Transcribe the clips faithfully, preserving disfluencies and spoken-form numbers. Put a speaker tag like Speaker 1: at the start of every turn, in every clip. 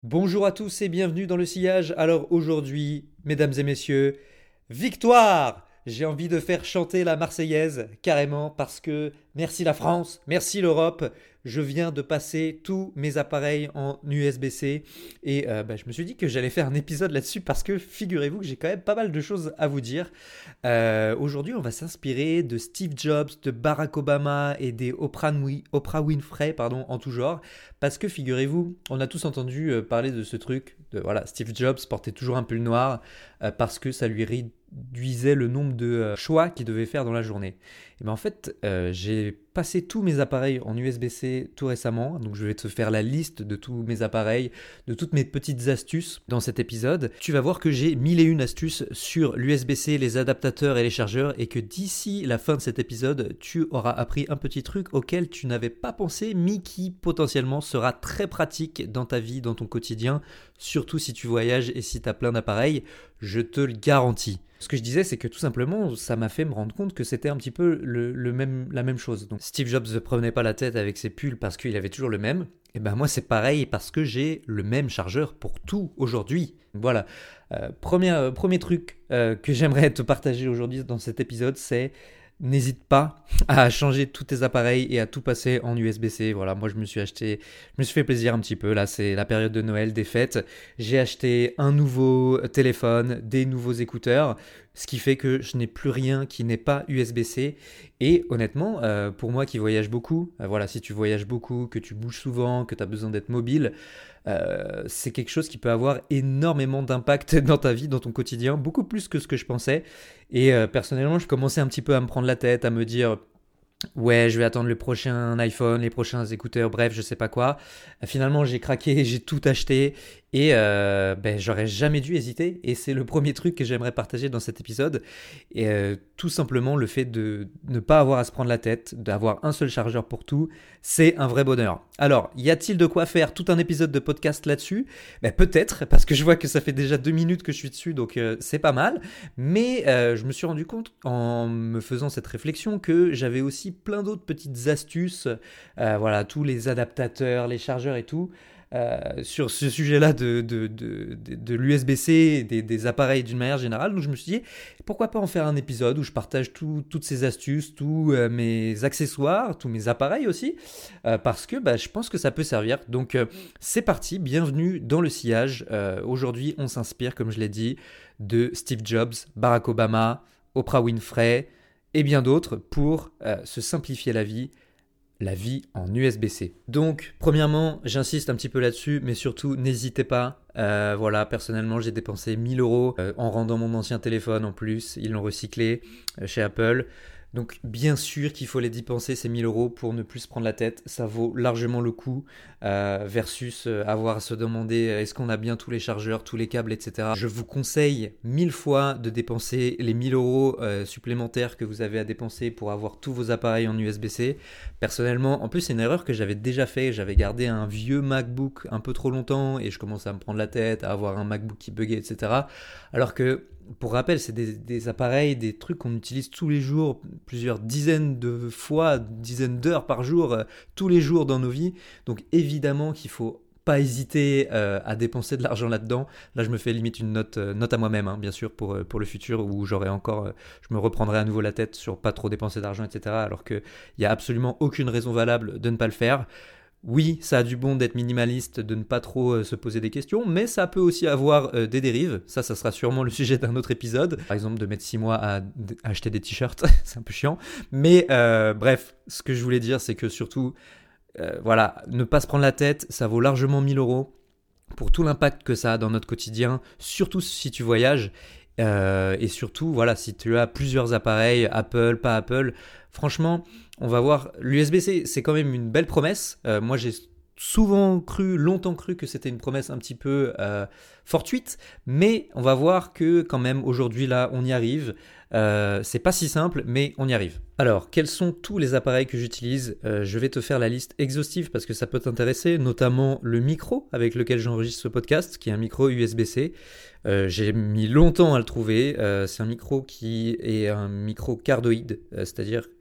Speaker 1: Bonjour à tous et bienvenue dans le sillage. Alors aujourd'hui, mesdames et messieurs, victoire! J'ai envie de faire chanter la Marseillaise carrément parce que merci la France, merci l'Europe. Je viens de passer tous mes appareils en U S B-C et euh, bah, je me suis dit que j'allais faire un épisode là-dessus parce que figurez-vous que j'ai quand même pas mal de choses à vous dire. Euh, aujourd'hui, on va s'inspirer de Steve Jobs, de Barack Obama et des Oprah, Nui- Oprah Winfrey pardon, en tout genre. Parce que figurez-vous, on a tous entendu euh, parler de ce truc, de voilà, Steve Jobs portait toujours un pull noir euh, parce que ça lui réduisait le nombre de euh, choix qu'il devait faire dans la journée. Et ben en fait, euh, j'ai passé tous mes appareils en U S B-C tout récemment, donc je vais te faire la liste de tous mes appareils, de toutes mes petites astuces dans cet épisode. Tu vas voir que j'ai mille et une astuces sur l'U S B-C, les adaptateurs et les chargeurs, et que d'ici la fin de cet épisode, tu auras appris un petit truc auquel tu n'avais pas pensé, mais qui potentiellement sera très pratique dans ta vie, dans ton quotidien, surtout si tu voyages et si tu as plein d'appareils, je te le garantis. Ce que je disais, c'est que tout simplement, ça m'a fait me rendre compte que c'était un petit peu le, le même, la même chose. Donc, Steve Jobs ne prenait pas la tête avec ses pulls parce qu'il avait toujours le même. Et ben moi, c'est pareil parce que j'ai le même chargeur pour tout aujourd'hui. Voilà. Euh, premier, euh, premier truc euh, que j'aimerais te partager aujourd'hui dans cet épisode, c'est n'hésite pas à changer tous tes appareils et à tout passer en U S B-C. Voilà, moi je me suis acheté, je me suis fait plaisir un petit peu. Là, c'est la période de Noël, des fêtes. J'ai acheté un nouveau téléphone, des nouveaux écouteurs, ce qui fait que je n'ai plus rien qui n'est pas U S B-C. Et honnêtement, euh, pour moi qui voyage beaucoup, euh, voilà, si tu voyages beaucoup, que tu bouges souvent, que tu as besoin d'être mobile, euh, c'est quelque chose qui peut avoir énormément d'impact dans ta vie, dans ton quotidien, beaucoup plus que ce que je pensais. Et euh, personnellement, je commençais un petit peu à me prendre la tête, à me dire ouais, je vais attendre le prochain iPhone, les prochains écouteurs, bref, je sais pas quoi. Euh, Finalement, j'ai craqué, j'ai tout acheté et euh, ben, j'aurais jamais dû hésiter. Et c'est le premier truc que j'aimerais partager dans cet épisode. Et euh, tout simplement, le fait de ne pas avoir à se prendre la tête, d'avoir un seul chargeur pour tout, c'est un vrai bonheur. Alors, y a-t-il de quoi faire tout un épisode de podcast là-dessus? Ben, peut-être, parce que je vois que ça fait déjà deux minutes que je suis dessus, donc euh, c'est pas mal. Mais euh, je me suis rendu compte en me faisant cette réflexion que j'avais aussi plein d'autres petites astuces, euh, voilà, tous les adaptateurs, les chargeurs et tout. Euh, sur ce sujet-là de, de, de, de, de l'U S B-C, des, des appareils d'une manière générale. Donc je me suis dit, pourquoi pas en faire un épisode où je partage tout, toutes ces astuces, tous euh, mes accessoires, tous mes appareils aussi, euh, parce que bah, je pense que ça peut servir. Donc euh, c'est parti, bienvenue dans le sillage. Euh, aujourd'hui, on s'inspire, comme je l'ai dit, de Steve Jobs, Barack Obama, Oprah Winfrey et bien d'autres pour euh, se simplifier la vie, la vie en U S B-C. Donc, premièrement, j'insiste un petit peu là-dessus, mais surtout, n'hésitez pas. Euh, voilà, personnellement, j'ai dépensé mille euros euh, en rendant mon ancien téléphone en plus. Ils l'ont recyclé euh, chez Apple. Donc, bien sûr qu'il faut les dépenser ces mille euros pour ne plus se prendre la tête. Ça vaut largement le coup euh, versus euh, avoir à se demander euh, est-ce qu'on a bien tous les chargeurs, tous les câbles, et cetera. Je vous conseille mille fois de dépenser les mille euros euh, supplémentaires que vous avez à dépenser pour avoir tous vos appareils en U S B-C. Personnellement, en plus, c'est une erreur que j'avais déjà fait. J'avais gardé un vieux MacBook un peu trop longtemps et je commençais à me prendre la tête, à avoir un MacBook qui buguait, et cetera. Alors que, pour rappel, c'est des, des appareils, des trucs qu'on utilise tous les jours, plusieurs dizaines de fois, dizaines d'heures par jour, euh, tous les jours dans nos vies. Donc évidemment qu'il faut pas hésiter euh, à dépenser de l'argent là-dedans. Là, je me fais limite une note, euh, note à moi-même, hein, bien sûr, pour, euh, pour le futur, où j'aurai encore, euh, je me reprendrai à nouveau la tête sur pas trop dépenser d'argent, et cetera. Alors qu'il n'y a absolument aucune raison valable de ne pas le faire. Oui, ça a du bon d'être minimaliste, de ne pas trop euh, se poser des questions, mais ça peut aussi avoir euh, des dérives. Ça, ça sera sûrement le sujet d'un autre épisode. Par exemple, de mettre six mois à, d- à acheter des t-shirts, c'est un peu chiant. Mais euh, bref, ce que je voulais dire, c'est que surtout, euh, voilà, ne pas se prendre la tête, ça vaut largement mille euros pour tout l'impact que ça a dans notre quotidien, surtout si tu voyages. Euh, et surtout, voilà, si tu as plusieurs appareils, Apple, pas Apple, franchement, on va voir. L'U S B-C, c'est quand même une belle promesse. Euh, moi, j'ai souvent cru, longtemps cru que c'était une promesse un petit peu euh, fortuite, mais on va voir que quand même aujourd'hui là, on y arrive. Euh, c'est pas si simple, mais on y arrive. Alors, quels sont tous les appareils que j'utilise? Euh, Je vais te faire la liste exhaustive parce que ça peut t'intéresser, notamment le micro avec lequel j'enregistre ce podcast, qui est un micro U S B-C. Euh, j'ai mis longtemps à le trouver. Euh, c'est un micro qui est un micro cardioïde, euh, c'est-à-dire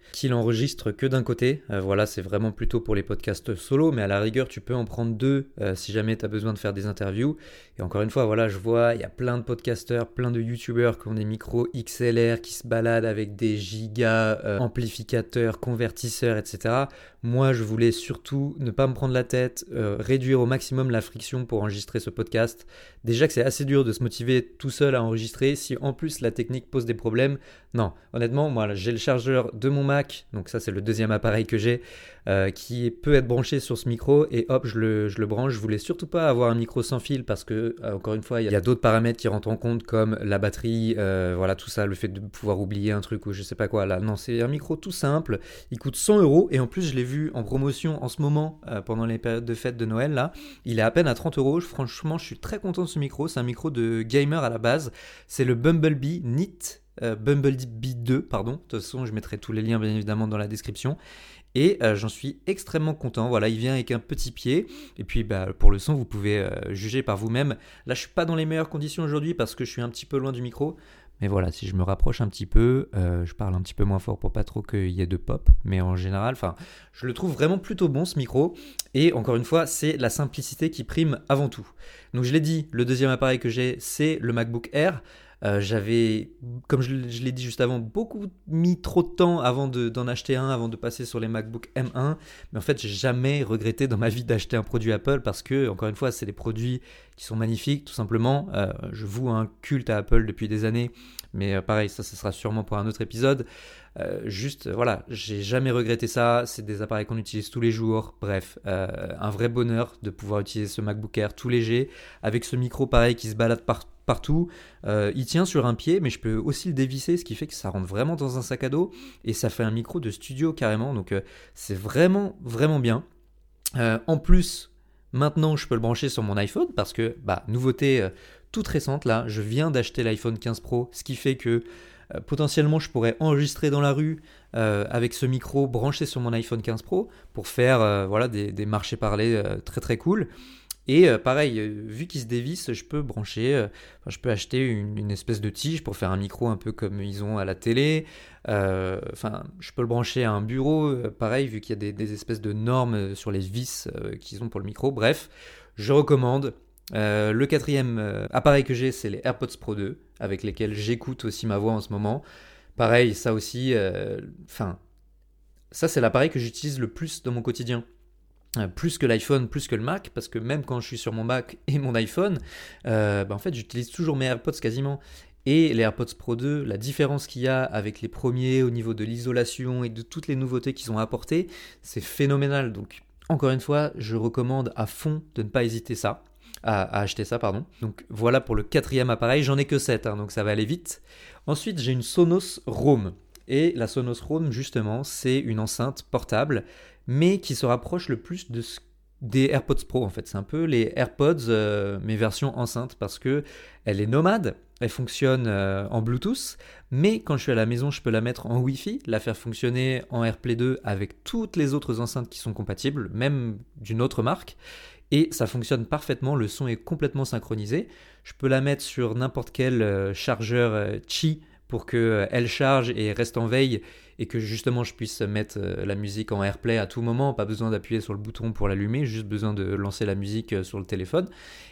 Speaker 1: qu'il enregistre que d'un côté. Euh, voilà, c'est vraiment plutôt pour les podcasts solo, mais à la rigueur, tu peux en prendre deux euh, si jamais tu as besoin de faire des interviews. Et encore une fois, voilà, je vois, il y a plein de podcasteurs, plein de youtubeurs qui ont des micros X L R, qui se baladent avec des gigas euh, amplificateurs, convertisseurs, et cetera. Moi, je voulais surtout ne pas me prendre la tête, euh, réduire au maximum la friction pour enregistrer ce podcast. Déjà que c'est assez dur de se motiver tout seul à enregistrer, si en plus la technique pose des problèmes, non, honnêtement, moi j'ai le chargeur de mon Mac, donc ça c'est le deuxième appareil que j'ai, euh, qui peut être branché sur ce micro, et hop, je le, je le branche. Je voulais surtout pas avoir un micro sans fil parce que, euh, encore une fois, il y a d'autres paramètres qui rentrent en compte comme la batterie, euh, voilà tout ça, le fait de pouvoir oublier un truc ou je sais pas quoi. Là, non, c'est un micro tout simple, il coûte cent euros, et en plus je l'ai vu en promotion en ce moment, euh, pendant les périodes de fête de Noël, là, il est à peine à trente euros. Franchement, je suis très content de ce micro, c'est un micro de gamer à la base, c'est le Bumblebee Neat. Euh, Bumblebee deux, pardon. De toute façon, je mettrai tous les liens bien évidemment dans la description. Et euh, j'en suis extrêmement content. Voilà, il vient avec un petit pied. Et puis bah, pour le son, vous pouvez euh, juger par vous-même. Là, je suis pas dans les meilleures conditions aujourd'hui parce que je suis un petit peu loin du micro. Mais voilà, si je me rapproche un petit peu, euh, je parle un petit peu moins fort pour pas trop qu'il y ait de pop. Mais en général, enfin, je le trouve vraiment plutôt bon ce micro. Et encore une fois, c'est la simplicité qui prime avant tout. Donc je l'ai dit, le deuxième appareil que j'ai, c'est le MacBook Air. Euh, j'avais, comme je, je l'ai dit juste avant, beaucoup mis trop de temps avant de, d'en acheter un, avant de passer sur les MacBook M un. Mais en fait, j'ai jamais regretté dans ma vie d'acheter un produit Apple parce que, encore une fois, c'est des produits qui sont magnifiques, tout simplement. Euh, je voue un culte à Apple depuis des années, mais euh, pareil, ça, ce sera sûrement pour un autre épisode. Euh, juste, euh, voilà, j'ai jamais regretté ça. C'est des appareils qu'on utilise tous les jours. Bref, euh, un vrai bonheur de pouvoir utiliser ce MacBook Air tout léger avec ce micro pareil qui se balade par, partout. Euh, il tient sur un pied, mais je peux aussi le dévisser, ce qui fait que ça rentre vraiment dans un sac à dos et ça fait un micro de studio carrément. Donc, euh, c'est vraiment, vraiment bien. Euh, en plus, maintenant, je peux le brancher sur mon iPhone parce que, bah, nouveauté euh, toute récente là, je viens d'acheter l'iPhone quinze Pro, ce qui fait que Euh, potentiellement, je pourrais enregistrer dans la rue euh, avec ce micro branché sur mon iPhone quinze Pro pour faire euh, voilà, des, des marchés-parlés euh, très très cool. Et euh, pareil, euh, vu qu'il se dévisse, je peux brancher, euh, enfin, je peux acheter une, une espèce de tige pour faire un micro un peu comme ils ont à la télé. Euh, Enfin, je peux le brancher à un bureau, euh, pareil, vu qu'il y a des, des espèces de normes sur les vis euh, qu'ils ont pour le micro. Bref, je recommande. Euh, le quatrième euh, appareil que j'ai, c'est les AirPods Pro deux, avec lesquels j'écoute aussi ma voix en ce moment. Pareil, ça aussi, enfin, euh, ça c'est l'appareil que j'utilise le plus dans mon quotidien. Euh, plus que l'iPhone, plus que le Mac, parce que même quand je suis sur mon Mac et mon iPhone, euh, bah en fait j'utilise toujours mes AirPods quasiment. Et les AirPods Pro deux, la différence qu'il y a avec les premiers au niveau de l'isolation et de toutes les nouveautés qu'ils ont apportées, c'est phénoménal. Donc encore une fois, je recommande à fond de ne pas hésiter ça. À, à acheter ça, pardon. Donc voilà pour le quatrième appareil, j'en ai que sept, hein, donc ça va aller vite. Ensuite, j'ai une Sonos Roam. Et la Sonos Roam, justement, c'est une enceinte portable, mais qui se rapproche le plus de ce des AirPods Pro en fait. C'est un peu les AirPods, euh, mais version enceinte, parce que elle est nomade, elle fonctionne euh, en Bluetooth, mais quand je suis à la maison, je peux la mettre en Wi-Fi, la faire fonctionner en AirPlay deux avec toutes les autres enceintes qui sont compatibles, même d'une autre marque. Et ça fonctionne parfaitement, le son est complètement synchronisé. Je peux la mettre sur n'importe quel euh, chargeur euh, Qi pour qu'elle euh, charge et reste en veille et que justement je puisse mettre euh, la musique en AirPlay à tout moment, pas besoin d'appuyer sur le bouton pour l'allumer, juste besoin de lancer la musique euh, sur le téléphone.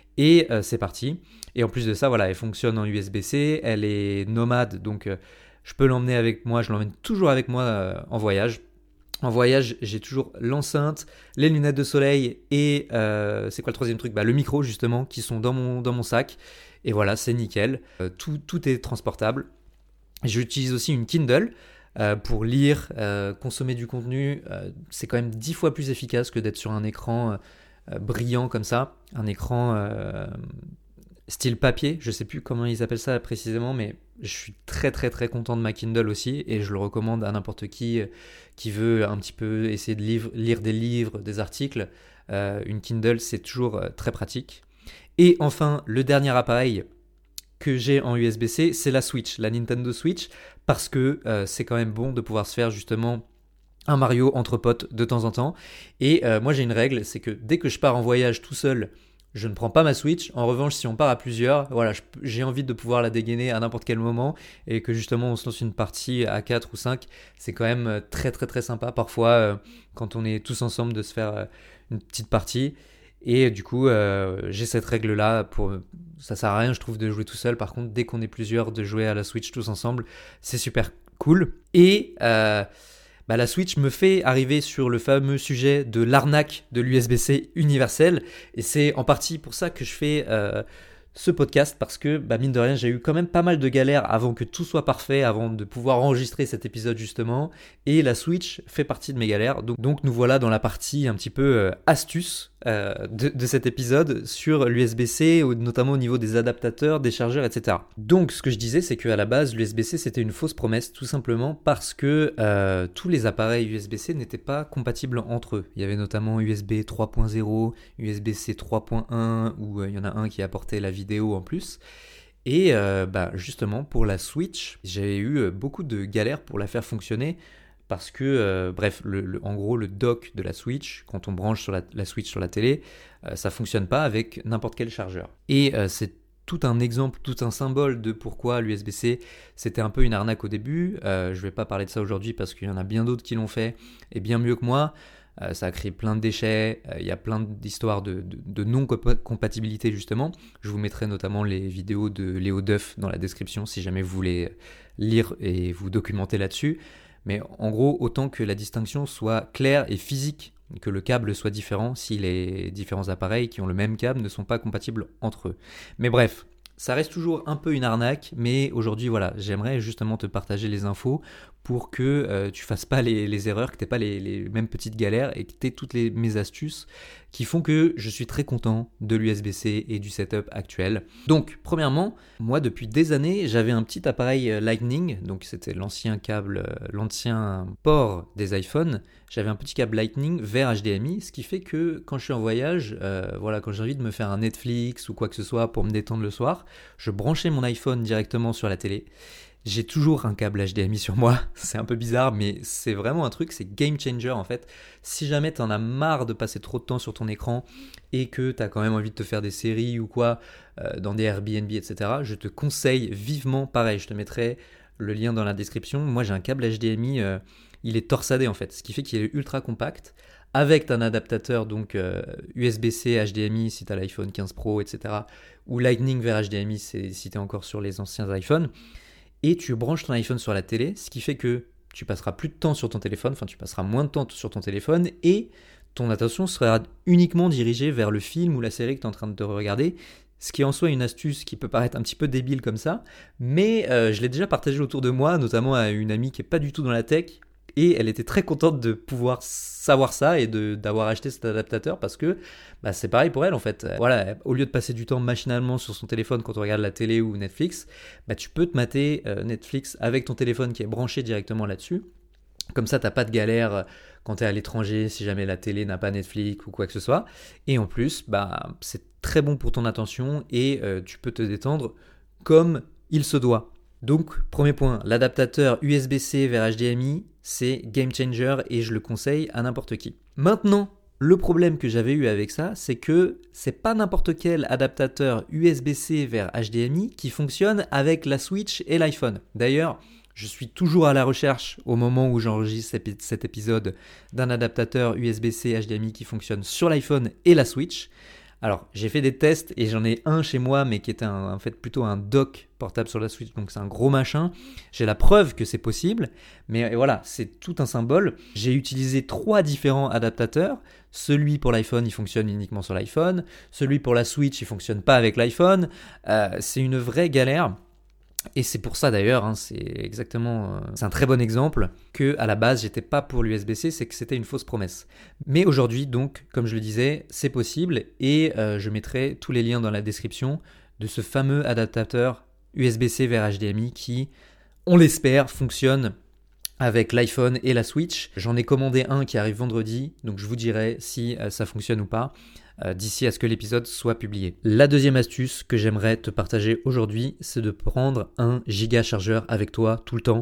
Speaker 1: Et euh, c'est parti. Et en plus de ça, voilà, elle fonctionne en U S B C, elle est nomade, donc euh, je peux l'emmener avec moi, je l'emmène toujours avec moi euh, en voyage. En voyage, j'ai toujours l'enceinte, les lunettes de soleil et euh, c'est quoi le troisième truc ? Bah, le micro justement qui sont dans mon, dans mon sac. Et voilà, c'est nickel. Euh, tout, tout est transportable. J'utilise aussi une Kindle euh, pour lire, euh, consommer du contenu. Euh, c'est quand même dix fois plus efficace que d'être sur un écran euh, brillant comme ça. Un écran euh, style papier, je sais plus comment ils appellent ça précisément, mais je suis très très très content de ma Kindle aussi et je le recommande à n'importe qui qui veut un petit peu essayer de lire, lire des livres, des articles. Euh, une Kindle, c'est toujours très pratique. Et enfin, le dernier appareil que j'ai en U S B C, c'est la Switch, la Nintendo Switch, parce que euh, c'est quand même bon de pouvoir se faire justement un Mario entre potes de temps en temps. Et euh, moi j'ai une règle, c'est que dès que je pars en voyage tout seul, je ne prends pas ma Switch. En revanche, si on part à plusieurs, voilà, je- j'ai envie de pouvoir la dégainer à n'importe quel moment et que justement on se lance une partie à quatre ou cinq. C'est quand même euh, très très très sympa parfois euh, quand on est tous ensemble de se faire euh, une petite partie. Et du coup, euh, j'ai cette règle-là. Pour... Ça sert à rien, je trouve, de jouer tout seul. Par contre, dès qu'on est plusieurs, de jouer à la Switch tous ensemble, c'est super cool. Et euh, bah, la Switch me fait arriver sur le fameux sujet de l'arnaque de l'U S B-C universel. Et c'est en partie pour ça que je fais euh, ce podcast, parce que, bah, mine de rien, j'ai eu quand même pas mal de galères avant que tout soit parfait, avant de pouvoir enregistrer cet épisode justement. Et la Switch fait partie de mes galères. Donc, donc nous voilà dans la partie un petit peu euh, astuce euh, de, de cet épisode sur l'U S B-C, notamment au niveau des adaptateurs, des chargeurs, et cetera. Donc ce que je disais, c'est qu'à la base, l'U S B-C c'était une fausse promesse, tout simplement parce que euh, tous les appareils U S B-C n'étaient pas compatibles entre eux. Il y avait notamment U S B trois point zéro, U S B-C trois point un, où euh, il y en a un qui apportait la vidéo en plus. Et euh, bah, justement, pour la Switch, j'ai eu euh, beaucoup de galères pour la faire fonctionner. Parce que, euh, bref, le, le, en gros, le dock de la Switch, quand on branche sur la, la Switch sur la télé, euh, ça ne fonctionne pas avec n'importe quel chargeur. Et euh, c'est tout un exemple, tout un symbole de pourquoi l'U S B-C, c'était un peu une arnaque au début. Euh, je ne vais pas parler de ça aujourd'hui parce qu'il y en a bien d'autres qui l'ont fait, et bien mieux que moi. Euh, ça a créé plein de déchets, il euh, y a plein d'histoires de, de, de non-compatibilité justement. Je vous mettrai notamment les vidéos de Léo Duff dans la description si jamais vous voulez lire et vous documenter là-dessus. Mais en gros, autant que la distinction soit claire et physique, que le câble soit différent si les différents appareils qui ont le même câble ne sont pas compatibles entre eux. Mais bref, ça reste toujours un peu une arnaque, mais aujourd'hui, voilà, j'aimerais justement te partager les infos pour que euh, tu fasses pas les, les erreurs, que tu n'aies pas les, les mêmes petites galères et que tu aies toutes les, mes astuces qui font que je suis très content de l'U S B-C et du setup actuel. Donc, premièrement, moi, depuis des années, j'avais un petit appareil Lightning, donc c'était l'ancien câble, l'ancien port des iPhones. J'avais un petit câble Lightning vers H D M I, ce qui fait que quand je suis en voyage, euh, voilà, quand j'ai envie de me faire un Netflix ou quoi que ce soit pour me détendre le soir, je branchais mon iPhone directement sur la télé. J'ai toujours un câble H D M I sur moi, c'est un peu bizarre, mais c'est vraiment un truc, c'est game changer en fait. Si jamais t'en as marre de passer trop de temps sur ton écran et que t'as quand même envie de te faire des séries ou quoi, euh, dans des Airbnb, et cetera, je te conseille vivement, pareil, je te mettrai le lien dans la description. Moi j'ai un câble H D M I, euh, il est torsadé en fait, ce qui fait qu'il est ultra compact, avec un adaptateur donc euh, U S B-C, H D M I si t'as l'iPhone quinze Pro, et cetera, ou Lightning vers H D M I si t'es encore sur les anciens iPhones. Et tu branches ton iPhone sur la télé, ce qui fait que tu passeras plus de temps sur ton téléphone, enfin tu passeras moins de temps sur ton téléphone et ton attention sera uniquement dirigée vers le film ou la série que tu es en train de regarder, ce qui est en soi une astuce qui peut paraître un petit peu débile comme ça, mais euh, je l'ai déjà partagé autour de moi, notamment à une amie qui est pas du tout dans la tech, et elle était très contente de pouvoir savoir ça et de, d'avoir acheté cet adaptateur parce que bah, c'est pareil pour elle en fait. Voilà, au lieu de passer du temps machinalement sur son téléphone quand on regarde la télé ou Netflix, bah, tu peux te mater euh, Netflix avec ton téléphone qui est branché directement là-dessus. Comme ça, t'as pas de galère quand tu es à l'étranger si jamais la télé n'a pas Netflix ou quoi que ce soit. Et en plus, bah, c'est très bon pour ton attention et euh, tu peux te détendre comme il se doit. Donc, premier point, l'adaptateur U S B-C vers H D M I, c'est game changer et je le conseille à n'importe qui. Maintenant, le problème que j'avais eu avec ça, c'est que c'est pas n'importe quel adaptateur U S B-C vers H D M I qui fonctionne avec la Switch et l'iPhone. D'ailleurs, je suis toujours à la recherche, au moment où j'enregistre cet épisode, d'un adaptateur U S B-C H D M I qui fonctionne sur l'iPhone et la Switch. Alors, j'ai fait des tests et j'en ai un chez moi, mais qui était un, en fait plutôt un dock portable sur la Switch, donc c'est un gros machin. J'ai la preuve que c'est possible, mais voilà, c'est tout un symbole. J'ai utilisé trois différents adaptateurs. Celui pour l'iPhone, il fonctionne uniquement sur l'iPhone. Celui pour la Switch, il fonctionne pas avec l'iPhone. Euh, c'est une vraie galère. Et c'est pour ça d'ailleurs, hein, c'est exactement, euh, c'est un très bon exemple que à la base j'étais pas pour l'U S B-C, c'est que c'était une fausse promesse. Mais aujourd'hui donc, comme je le disais, c'est possible et euh, je mettrai tous les liens dans la description de ce fameux adaptateur U S B-C vers H D M I qui, on l'espère, fonctionne avec l'iPhone et la Switch. J'en ai commandé un qui arrive vendredi, donc je vous dirai si euh, ça fonctionne ou pas euh, d'ici à ce que l'épisode soit publié. La deuxième astuce que j'aimerais te partager aujourd'hui, c'est de prendre un giga chargeur avec toi tout le temps.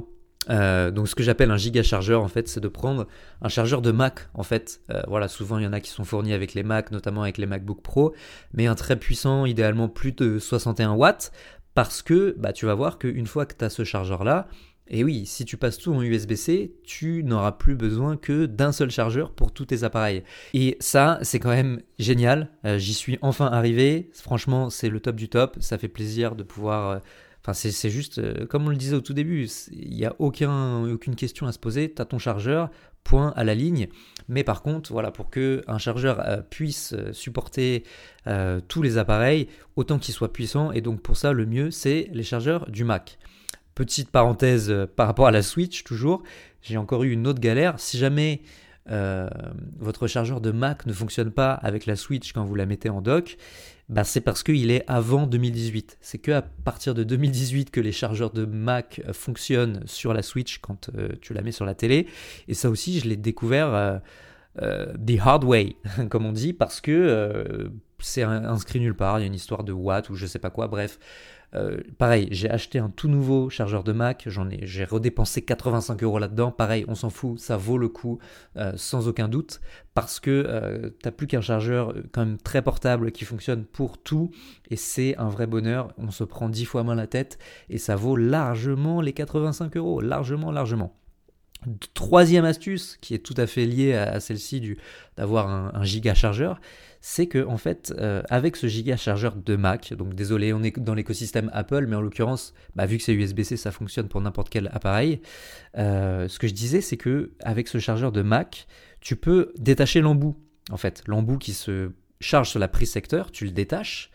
Speaker 1: Euh, donc ce que j'appelle un giga chargeur en fait, c'est de prendre un chargeur de Mac en fait. Euh, voilà, souvent il y en a qui sont fournis avec les Mac, notamment avec les MacBook Pro, mais un très puissant, idéalement plus de soixante et un watts, parce que bah, tu vas voir qu'une fois que tu as ce chargeur là, et oui, si tu passes tout en U S B-C, tu n'auras plus besoin que d'un seul chargeur pour tous tes appareils. Et ça, c'est quand même génial. Euh, j'y suis enfin arrivé. Franchement, c'est le top du top. Ça fait plaisir de pouvoir... euh, Enfin, c'est, c'est juste, euh, comme on le disait au tout début, il n'y a aucun, aucune question à se poser. Tu as ton chargeur, point à la ligne. Mais par contre, voilà, pour qu'un chargeur euh, puisse euh, supporter euh, tous les appareils, autant qu'il soit puissant. Et donc pour ça, le mieux, c'est les chargeurs du Mac. Petite parenthèse euh, par rapport à la Switch, toujours, j'ai encore eu une autre galère. Si jamais euh, votre chargeur de Mac ne fonctionne pas avec la Switch quand vous la mettez en dock, bah c'est parce qu'il est avant deux mille dix-huit. C'est qu'à partir de deux mille dix-huit que les chargeurs de Mac fonctionnent sur la Switch quand euh, tu la mets sur la télé. Et ça aussi, je l'ai découvert euh, euh, the hard way, comme on dit, parce que euh, c'est inscrit nulle part. Il y a une histoire de watts ou je sais pas quoi, bref. Euh, pareil, j'ai acheté un tout nouveau chargeur de Mac, j'en ai, j'ai redépensé quatre-vingt-cinq euros là-dedans. Pareil, on s'en fout, ça vaut le coup euh, sans aucun doute parce que euh, t'as plus qu'un chargeur quand même très portable qui fonctionne pour tout et c'est un vrai bonheur. On se prend dix fois moins la tête et ça vaut largement les quatre-vingt-cinq euros, largement, largement. Troisième astuce qui est tout à fait liée à celle-ci du, d'avoir un, un giga chargeur, c'est que en fait euh, avec ce giga chargeur de Mac, donc désolé on est dans l'écosystème Apple, mais en l'occurrence bah, vu que c'est U S B-C ça fonctionne pour n'importe quel appareil, euh, ce que je disais c'est que avec ce chargeur de Mac tu peux détacher l'embout, en fait l'embout qui se charge sur la prise secteur, tu le détaches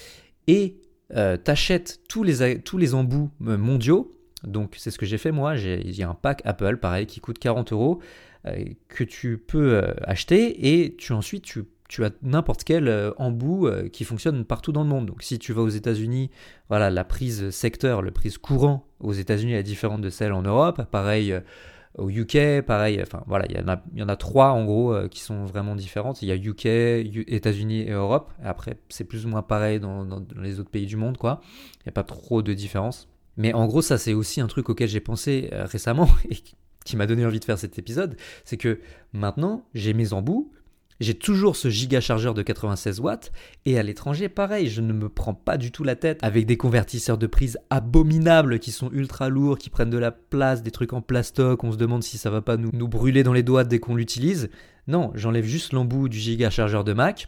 Speaker 1: et euh, t'achètes tous les, tous les embouts mondiaux. Donc c'est ce que j'ai fait moi, j'ai, il y a un pack Apple pareil qui coûte quarante euros euh, que tu peux euh, acheter et tu ensuite tu, tu as n'importe quel euh, embout euh, qui fonctionne partout dans le monde. Donc si tu vas aux États-Unis, voilà la prise secteur, la prise courant aux États-Unis est différente de celle en Europe. Pareil euh, au U K, pareil. Enfin voilà, il y en a, il y en a trois en gros euh, qui sont vraiment différentes. Il y a U K, U- États-Unis et Europe. Et après c'est plus ou moins pareil dans, dans, dans les autres pays du monde quoi. Il n'y a pas trop de différence. Mais en gros, ça c'est aussi un truc auquel j'ai pensé euh, récemment et qui m'a donné envie de faire cet épisode, c'est que maintenant j'ai mes embouts, j'ai toujours ce giga chargeur de quatre-vingt-seize watts et à l'étranger pareil, je ne me prends pas du tout la tête avec des convertisseurs de prise abominables qui sont ultra lourds, qui prennent de la place, des trucs en plastoc, on se demande si ça va pas nous, nous brûler dans les doigts dès qu'on l'utilise. Non, j'enlève juste l'embout du giga chargeur de Mac.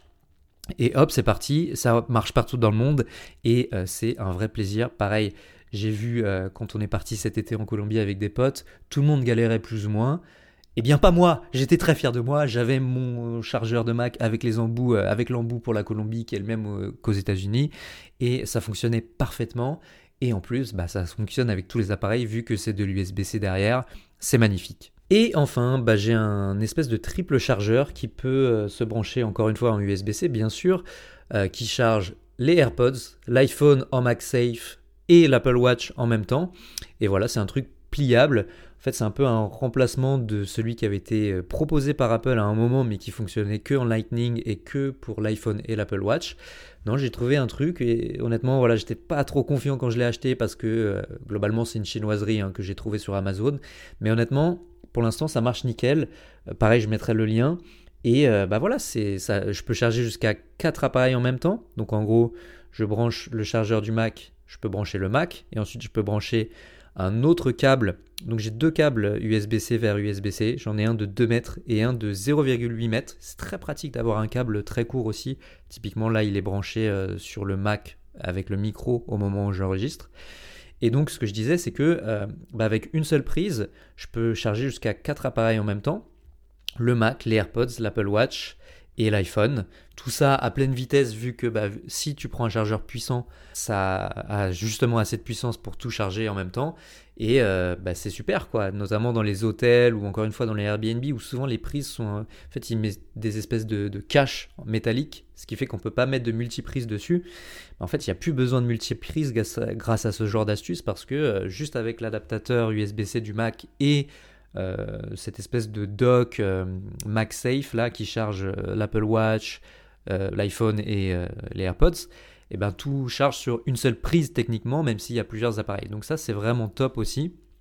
Speaker 1: Et hop, c'est parti, ça marche partout dans le monde et euh, c'est un vrai plaisir. Pareil, j'ai vu euh, quand on est parti cet été en Colombie avec des potes, tout le monde galérait plus ou moins. Eh bien pas moi, j'étais très fier de moi, j'avais mon chargeur de Mac avec les embouts, euh, avec l'embout pour la Colombie qui est le même euh, qu'aux États-Unis et ça fonctionnait parfaitement. Et en plus, bah, ça fonctionne avec tous les appareils vu que c'est de l'U S B-C derrière, c'est magnifique. Et enfin, bah, j'ai un espèce de triple chargeur qui peut euh, se brancher encore une fois en U S B-C bien sûr, euh, qui charge les AirPods, l'iPhone en MagSafe et l'Apple Watch en même temps. Et voilà, c'est un truc pliable. En fait, c'est un peu un remplacement de celui qui avait été proposé par Apple à un moment, mais qui fonctionnait que en Lightning et que pour l'iPhone et l'Apple Watch. Non, j'ai trouvé un truc et honnêtement, voilà, j'étais pas trop confiant quand je l'ai acheté parce que euh, globalement, c'est une chinoiserie hein, que j'ai trouvé sur Amazon. Mais honnêtement, pour l'instant, ça marche nickel. Euh, pareil, je mettrai le lien. Et euh, bah voilà, c'est, ça, je peux charger jusqu'à quatre appareils en même temps. Donc en gros, je branche le chargeur du Mac. Je peux brancher le Mac et ensuite je peux brancher un autre câble. Donc j'ai deux câbles U S B-C vers U S B-C. J'en ai un de deux mètres et un de zéro virgule huit mètres. C'est très pratique d'avoir un câble très court aussi. Typiquement là, il est branché euh, sur le Mac avec le micro au moment où j'enregistre. Et donc ce que je disais, c'est que euh, bah, avec une seule prise, je peux charger jusqu'à quatre appareils en même temps. Le Mac, les AirPods, l'Apple Watch et l'iPhone. Tout ça à pleine vitesse vu que bah, si tu prends un chargeur puissant, ça a justement assez de puissance pour tout charger en même temps. Et euh, bah, c'est super quoi, notamment dans les hôtels ou encore une fois dans les Airbnb où souvent les prises sont... En fait, ils mettent des espèces de, de caches métalliques, ce qui fait qu'on ne peut pas mettre de multiprises dessus. En fait, il n'y a plus besoin de multiprises grâce à, grâce à ce genre d'astuce parce que euh, juste avec l'adaptateur U S B-C du Mac et Euh, cette espèce de dock euh, MagSafe là qui charge euh, l'Apple Watch, euh, l'iPhone et euh, les AirPods, et ben tout charge sur une seule prise techniquement, même s'il y a plusieurs appareils. Donc ça c'est vraiment top aussi.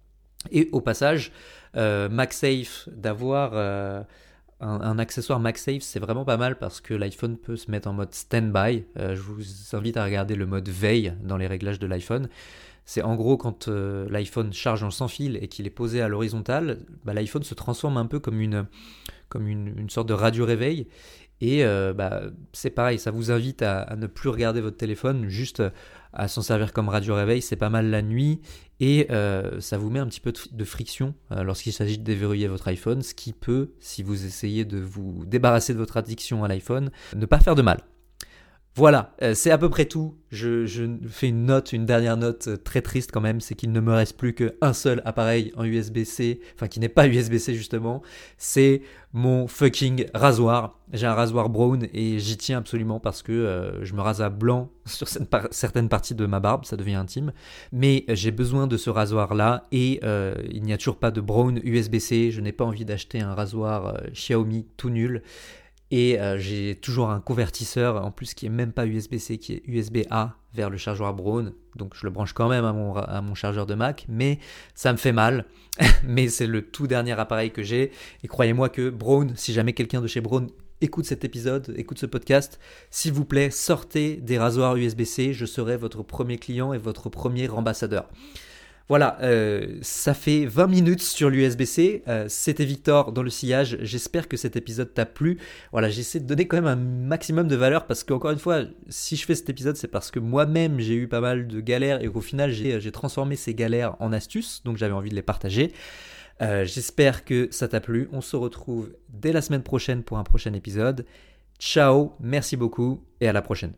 Speaker 1: Et au passage, euh, MagSafe, d'avoir euh, un, un accessoire MagSafe, c'est vraiment pas mal parce que l'iPhone peut se mettre en mode stand-by. Euh, je vous invite à regarder le mode veille dans les réglages de l'iPhone. C'est en gros quand euh, l'iPhone charge en sans fil et qu'il est posé à l'horizontale, bah, l'iPhone se transforme un peu comme une, comme une, une sorte de radio réveil. Et euh, bah, c'est pareil, ça vous invite à, à ne plus regarder votre téléphone, juste à s'en servir comme radio réveil. C'est pas mal la nuit et euh, ça vous met un petit peu de friction euh, lorsqu'il s'agit de déverrouiller votre iPhone, ce qui peut, si vous essayez de vous débarrasser de votre addiction à l'iPhone, ne pas faire de mal. Voilà, euh, c'est à peu près tout. Je, je fais une note, une dernière note euh, très triste quand même, c'est qu'il ne me reste plus qu'un seul appareil en U S B C, enfin qui n'est pas U S B C justement, c'est mon fucking rasoir. J'ai un rasoir Brown et j'y tiens absolument parce que euh, je me rase à blanc sur certaines parties de ma barbe, ça devient intime, mais j'ai besoin de ce rasoir là et euh, il n'y a toujours pas de Brown U S B C, je n'ai pas envie d'acheter un rasoir euh, Xiaomi tout nul. Et euh, j'ai toujours un convertisseur, en plus qui est même pas U S B C, qui est U S B A vers le chargeur Brown. Donc je le branche quand même à mon, à mon chargeur de Mac, mais ça me fait mal. Mais c'est le tout dernier appareil que j'ai. Et croyez-moi que Brown, si jamais quelqu'un de chez Brown écoute cet épisode, écoute ce podcast, s'il vous plaît, sortez des rasoirs U S B C. Je serai votre premier client et votre premier ambassadeur. Voilà, euh, ça fait vingt minutes sur l'U S B C, euh, c'était Victor dans le sillage, j'espère que cet épisode t'a plu. Voilà, j'essaie de donner quand même un maximum de valeur parce qu'encore une fois, si je fais cet épisode, c'est parce que moi-même j'ai eu pas mal de galères et qu'au final j'ai, j'ai transformé ces galères en astuces, donc j'avais envie de les partager. Euh, j'espère que ça t'a plu, on se retrouve dès la semaine prochaine pour un prochain épisode. Ciao, merci beaucoup et à la prochaine.